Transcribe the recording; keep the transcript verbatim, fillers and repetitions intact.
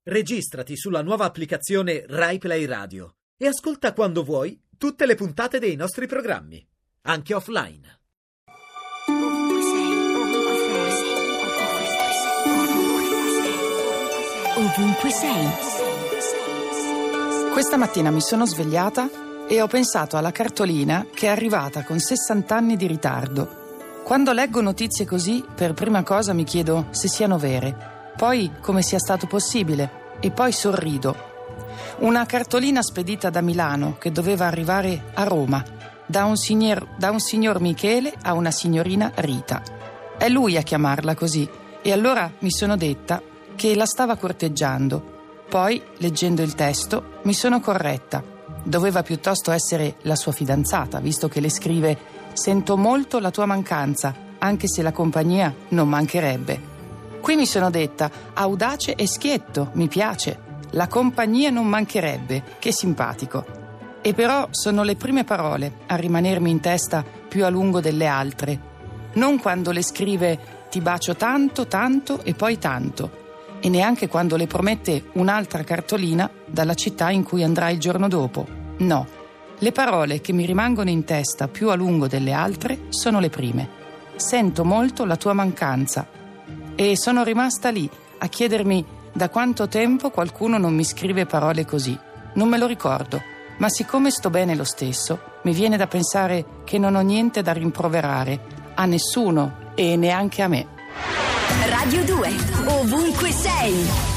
Registrati sulla nuova applicazione Rai Play Radio e ascolta quando vuoi tutte le puntate dei nostri programmi, anche offline. Ovunque sei. Questa mattina mi sono svegliata e ho pensato alla cartolina che è arrivata con sessanta anni di ritardo. Quando leggo notizie così, per prima cosa mi chiedo se siano vere, poi come sia stato possibile e poi sorrido. Una cartolina spedita da Milano che doveva arrivare a Roma, da un signor, da un signor Michele a una signorina Rita. È lui a chiamarla così e allora mi sono detta che la stava corteggiando. Poi, leggendo il testo, mi sono corretta. Doveva piuttosto essere la sua fidanzata, visto che le scrive: «Sento molto la tua mancanza, anche se la compagnia non mancherebbe». Qui mi sono detta: audace e schietto, mi piace. La compagnia non mancherebbe, che simpatico. E però sono le prime parole a rimanermi in testa più a lungo delle altre. Non quando le scrive «ti bacio tanto, tanto e poi tanto», e neanche quando le promette un'altra cartolina dalla città in cui andrà il giorno dopo. No, le parole che mi rimangono in testa più a lungo delle altre sono le prime. Sento molto la tua mancanza. E sono rimasta lì a chiedermi da quanto tempo qualcuno non mi scrive parole così. Non me lo ricordo, ma siccome sto bene lo stesso, mi viene da pensare che non ho niente da rimproverare a nessuno e neanche a me. Radio due, ovunque sei.